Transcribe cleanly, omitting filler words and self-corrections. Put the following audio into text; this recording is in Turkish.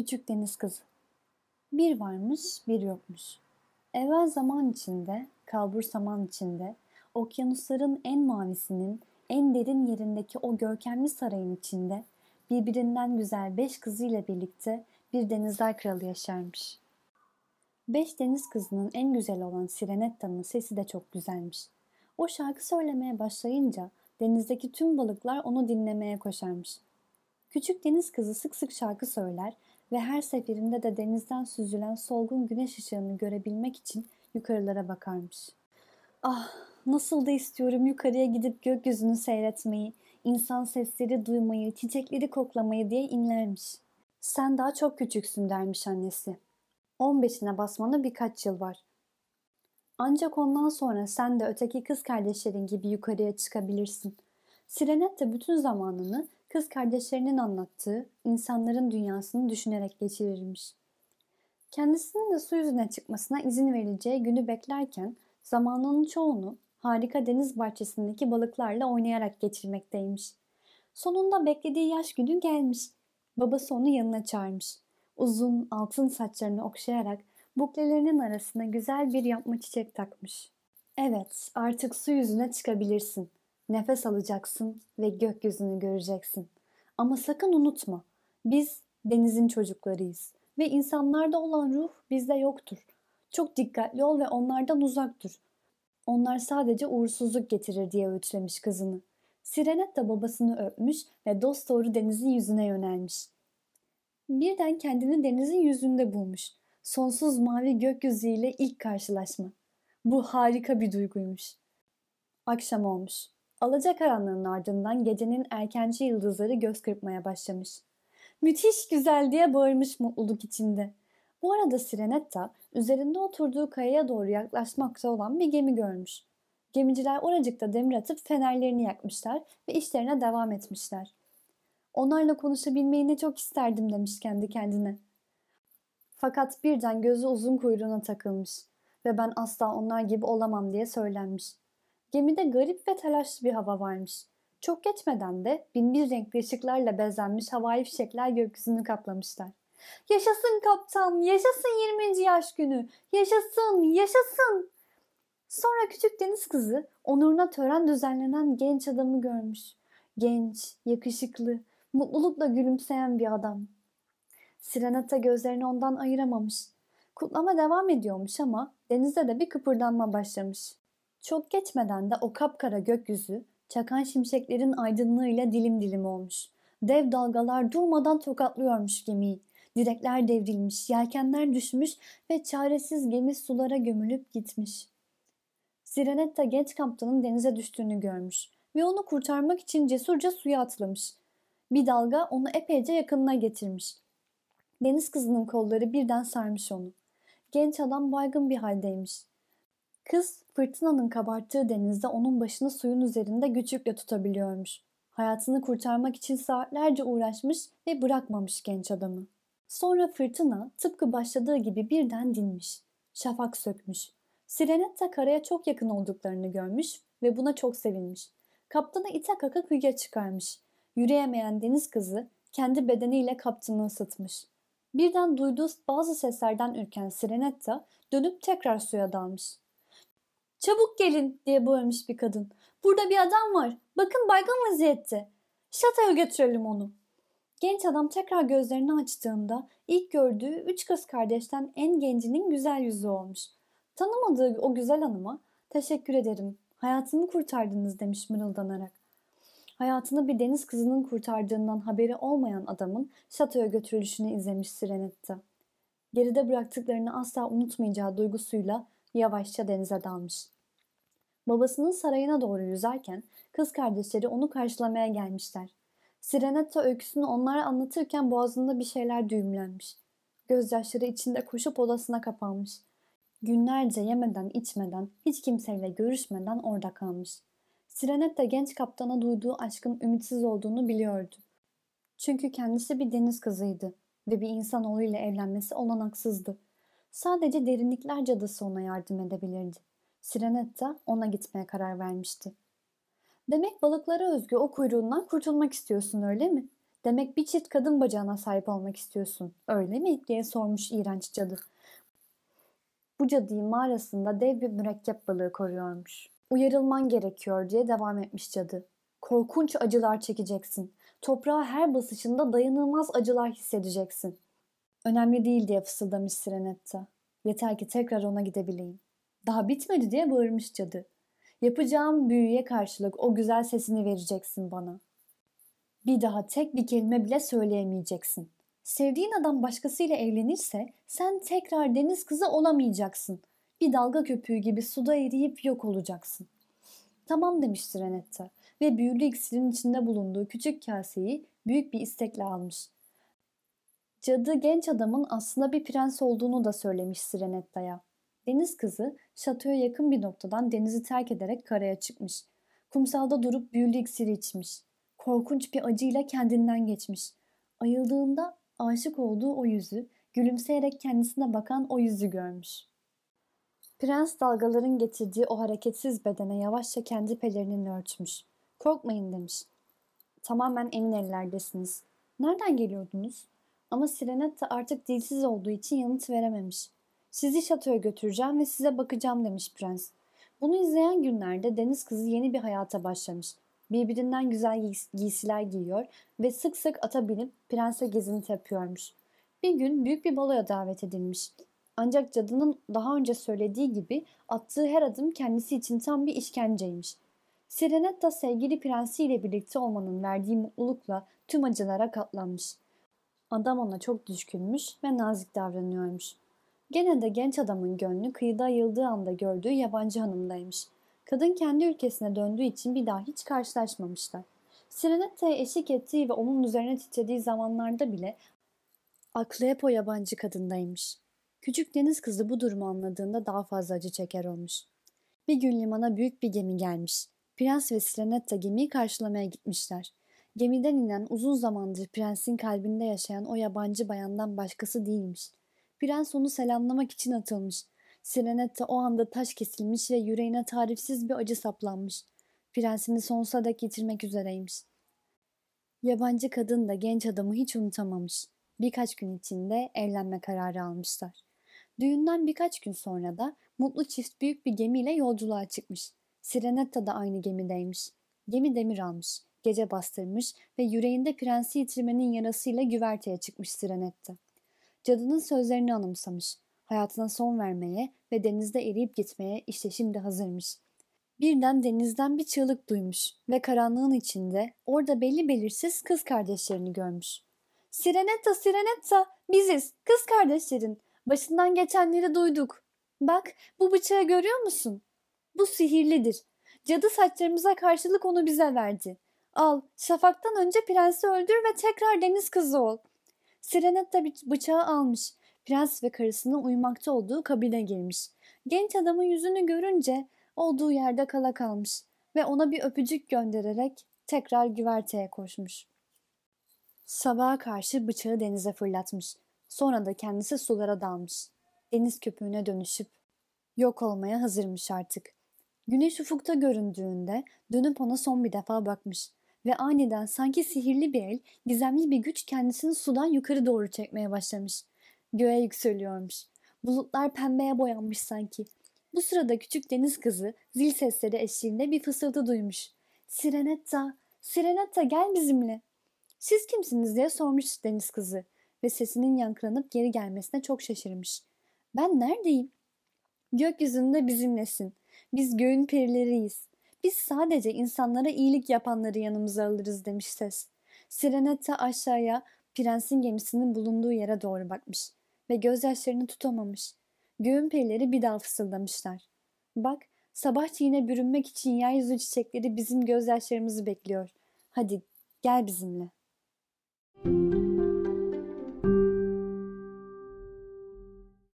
Küçük deniz kızı. Bir varmış, bir yokmuş. Evvel zaman içinde, kalbur saman içinde, okyanusların en mavisinin, en derin yerindeki o görkemli sarayın içinde, birbirinden güzel 5 kızıyla birlikte bir denizler kralı yaşarmış. 5 deniz kızının en güzel olan Sirenetta'nın sesi de çok güzelmiş. O şarkı söylemeye başlayınca denizdeki tüm balıklar onu dinlemeye koşarmış. Küçük deniz kızı sık sık şarkı söyler ve her seferinde de denizden süzülen solgun güneş ışığını görebilmek için yukarılara bakarmış. Ah, nasıl da istiyorum yukarıya gidip gökyüzünü seyretmeyi, insan sesleri duymayı, çiçekleri koklamayı diye inlermiş. Sen daha çok küçüksün dermiş annesi. 15'ine basmana birkaç yıl var. Ancak ondan sonra sen de öteki kız kardeşlerin gibi yukarıya çıkabilirsin. Sirenetta bütün zamanını kız kardeşlerinin anlattığı insanların dünyasını düşünerek geçirirmiş. Kendisinin de su yüzüne çıkmasına izin verileceği günü beklerken zamanının çoğunu harika deniz bahçesindeki balıklarla oynayarak geçirmekteymiş. Sonunda beklediği yaş günü gelmiş. Babası onu yanına çağırmış. Uzun altın saçlarını okşayarak buklelerinin arasına güzel bir yapma çiçek takmış. Evet, artık su yüzüne çıkabilirsin. Nefes alacaksın ve gökyüzünü göreceksin. Ama sakın unutma, biz denizin çocuklarıyız ve insanlarda olan ruh bizde yoktur. Çok dikkatli ol ve onlardan uzak dur. Onlar sadece uğursuzluk getirir diye öğütlemiş kızını. Sirenetta babasını öpmüş ve dosdoğru denizin yüzüne yönelmiş. Birden kendini denizin yüzünde bulmuş. Sonsuz mavi gökyüzüyle ilk karşılaşma. Bu harika bir duyguymuş. Akşam olmuş. Alacakaranlığın ardından gecenin erkenci yıldızları göz kırpmaya başlamış. Müthiş güzel diye bağırmış mutluluk içinde. Bu arada Sirenetta üzerinde oturduğu kayaya doğru yaklaşmakta olan bir gemi görmüş. Gemiciler oracıkta demir atıp fenerlerini yakmışlar ve işlerine devam etmişler. Onlarla konuşabilmeyi ne çok isterdim demiş kendi kendine. Fakat birden gözü uzun kuyruğuna takılmış ve ben asla onlar gibi olamam diye söylenmiş. Gemide garip ve telaşlı bir hava varmış. Çok geçmeden de binbir renkli ışıklarla bezenmiş havai fişekler gökyüzünü kaplamışlar. Yaşasın kaptan, yaşasın 20. yaş günü, yaşasın, yaşasın. Sonra küçük deniz kızı onuruna tören düzenlenen genç adamı görmüş. Genç, yakışıklı, mutlulukla gülümseyen bir adam. Sirenetta gözlerini ondan ayıramamış. Kutlama devam ediyormuş ama denizde de bir kıpırdanma başlamış. Çok geçmeden de o kapkara gökyüzü çakan şimşeklerin aydınlığıyla dilim dilim olmuş. Dev dalgalar durmadan tokatlıyormuş gemiyi. Direkler devrilmiş, yelkenler düşmüş ve çaresiz gemi sulara gömülüp gitmiş. Sirenetta genç kaptanın denize düştüğünü görmüş ve onu kurtarmak için cesurca suya atlamış. Bir dalga onu epeyce yakınına getirmiş. Deniz kızının kolları birden sarmış onu. Genç adam baygın bir haldeymiş. Kız fırtınanın kabarttığı denizde onun başını suyun üzerinde güçlükle tutabiliyormuş. Hayatını kurtarmak için saatlerce uğraşmış ve bırakmamış genç adamı. Sonra fırtına tıpkı başladığı gibi birden dinmiş. Şafak sökmüş. Sirenetta karaya çok yakın olduklarını görmüş ve buna çok sevinmiş. Kaptanı ite kaka kıyıya çıkarmış. Yürüyemeyen deniz kızı kendi bedeniyle kaptanı ısıtmış. Birden duyduğu bazı seslerden ürken Sirenetta dönüp tekrar suya dalmış. "Çabuk gelin!" diye bağırmış bir kadın. "Burada bir adam var. Bakın baygın vaziyette. Şatoya götürelim onu." Genç adam tekrar gözlerini açtığında ilk gördüğü 3 kız kardeşten en gencinin güzel yüzü olmuş. Tanımadığı o güzel hanıma "Teşekkür ederim, hayatımı kurtardınız." demiş mırıldanarak. Hayatını bir deniz kızının kurtardığından haberi olmayan adamın şatoya götürülüşünü izlemiş Sirenetta. Geride bıraktıklarını asla unutmayacağı duygusuyla yavaşça denize dalmış. Babasının sarayına doğru yüzerken kız kardeşleri onu karşılamaya gelmişler. Sirenetta öyküsünü onlara anlatırken boğazında bir şeyler düğümlenmiş. Gözyaşları içinde koşup odasına kapanmış. Günlerce yemeden içmeden, hiç kimseyle görüşmeden orada kalmış. Sirenetta genç kaptana duyduğu aşkın ümitsiz olduğunu biliyordu. Çünkü kendisi bir deniz kızıydı ve bir insanoğluyla evlenmesi olanaksızdı. Sadece derinlikler cadısı ona yardım edebilirdi. Sirenetta ona gitmeye karar vermişti. "Demek balıklara özgü o kuyruğundan kurtulmak istiyorsun, öyle mi? Demek bir çift kadın bacağına sahip olmak istiyorsun, öyle mi? Diye sormuş iğrenç cadı. Bu cadıyı mağarasında dev bir mürekkep balığı koruyormuş. Uyarılman gerekiyor diye devam etmiş cadı. Korkunç acılar çekeceksin. Toprağa her basışında dayanılmaz acılar hissedeceksin. Önemli değil diye fısıldamış Sirenetta. Yeter ki tekrar ona gidebileyim. Daha bitmedi diye bağırmış cadı. Yapacağım büyüye karşılık o güzel sesini vereceksin bana. Bir daha tek bir kelime bile söyleyemeyeceksin. Sevdiğin adam başkasıyla evlenirse sen tekrar deniz kızı olamayacaksın. Bir dalga köpüğü gibi suda eriyip yok olacaksın. Tamam demiştir Renetta ve büyülü iksirin içinde bulunduğu küçük kaseyi büyük bir istekle almış. Cadı genç adamın aslında bir prens olduğunu da söylemiş Sirenetta'ya. Deniz kızı şatoya yakın bir noktadan denizi terk ederek karaya çıkmış. Kumsalda durup büyülü iksiri içmiş. Korkunç bir acıyla kendinden geçmiş. Ayıldığında aşık olduğu o yüzü, gülümseyerek kendisine bakan o yüzü görmüş. Prens dalgaların getirdiği o hareketsiz bedene yavaşça kendi pelerinini örtmüş. Korkmayın demiş. Tamamen emin ellerdesiniz. Nereden geliyordunuz? Ama Sirenetta artık dilsiz olduğu için yanıt verememiş. Sizi şatoya götüreceğim ve size bakacağım demiş prens. Bunu izleyen günlerde deniz kızı yeni bir hayata başlamış. Birbirinden güzel giysiler giyiyor ve sık sık ata binip prense gezinti yapıyormuş. Bir gün büyük bir baloya davet edilmiş. Ancak cadının daha önce söylediği gibi attığı her adım kendisi için tam bir işkenceymiş. Sirenetta sevgili prensiyle birlikte olmanın verdiği mutlulukla tüm acılara katlanmış. Adam ona çok düşkünmüş ve nazik davranıyormuş. Gene de genç adamın gönlü kıyıda ayıldığı anda gördüğü yabancı hanımdaymış. Kadın kendi ülkesine döndüğü için bir daha hiç karşılaşmamışlar. Sirenetta'ya eşlik ettiği ve onun üzerine titrediği zamanlarda bile aklı hep o yabancı kadındaymış. Küçük deniz kızı bu durumu anladığında daha fazla acı çeker olmuş. Bir gün limana büyük bir gemi gelmiş. Prens ve Sirenetta gemiyi karşılamaya gitmişler. Gemiden inen uzun zamandır prensin kalbinde yaşayan o yabancı bayandan başkası değilmiş. Prens onu selamlamak için atılmış. Sirenetta o anda taş kesilmiş ve yüreğine tarifsiz bir acı saplanmış. Prensini sonsuza dek yitirmek üzereymiş. Yabancı kadın da genç adamı hiç unutamamış. Birkaç gün içinde evlenme kararı almışlar. Düğünden birkaç gün sonra da mutlu çift büyük bir gemiyle yolculuğa çıkmış. Sirenetta da aynı gemideymiş. Gemi demir almış, gece bastırmış ve yüreğinde prensi yitirmenin yarasıyla güverteye çıkmış Sirenetta. Cadının sözlerini anımsamış. Hayatına son vermeye ve denizde eriyip gitmeye işte şimdi hazırmış. Birden denizden bir çığlık duymuş ve karanlığın içinde orada belli belirsiz kız kardeşlerini görmüş. Sirenetta, Sirenetta, biziz, kız kardeşlerin. Başından geçenleri duyduk. Bak, bu bıçağı görüyor musun? Bu sihirlidir. Cadı saçlarımıza karşılık onu bize verdi. Al, şafaktan önce prensi öldür ve tekrar deniz kızı ol. Sirenetta bıçağı almış. Prens ve karısının uyumakta olduğu kabine girmiş. Genç adamın yüzünü görünce olduğu yerde kala kalmış ve ona bir öpücük göndererek tekrar güverteye koşmuş. Sabaha karşı bıçağı denize fırlatmış. Sonra da kendisi sulara dalmış. Deniz köpüğüne dönüşüp yok olmaya hazırmış artık. Güneş ufukta göründüğünde dönüp ona son bir defa bakmış ve aniden sanki sihirli bir el, gizemli bir güç kendisini sudan yukarı doğru çekmeye başlamış. Göğe yükseliyormuş. Bulutlar pembeye boyanmış sanki. Bu sırada küçük deniz kızı zil sesleri eşliğinde bir fısıltı duymuş. Sirenetta, Sirenetta gel bizimle. Siz kimsiniz diye sormuş deniz kızı ve sesinin yankılanıp geri gelmesine çok şaşırmış. Ben neredeyim? Gökyüzünde bizimlesin. Biz göğün perileriyiz. Biz sadece insanlara iyilik yapanları yanımıza alırız demiş ses. Sirenetta aşağıya prensin gemisinin bulunduğu yere doğru bakmış ve gözyaşlarını tutamamış. Göğün perileri bir daha fısıldamışlar. Bak, sabah yine bürünmek için yeryüzü çiçekleri bizim gözyaşlarımızı bekliyor. Hadi gel bizimle.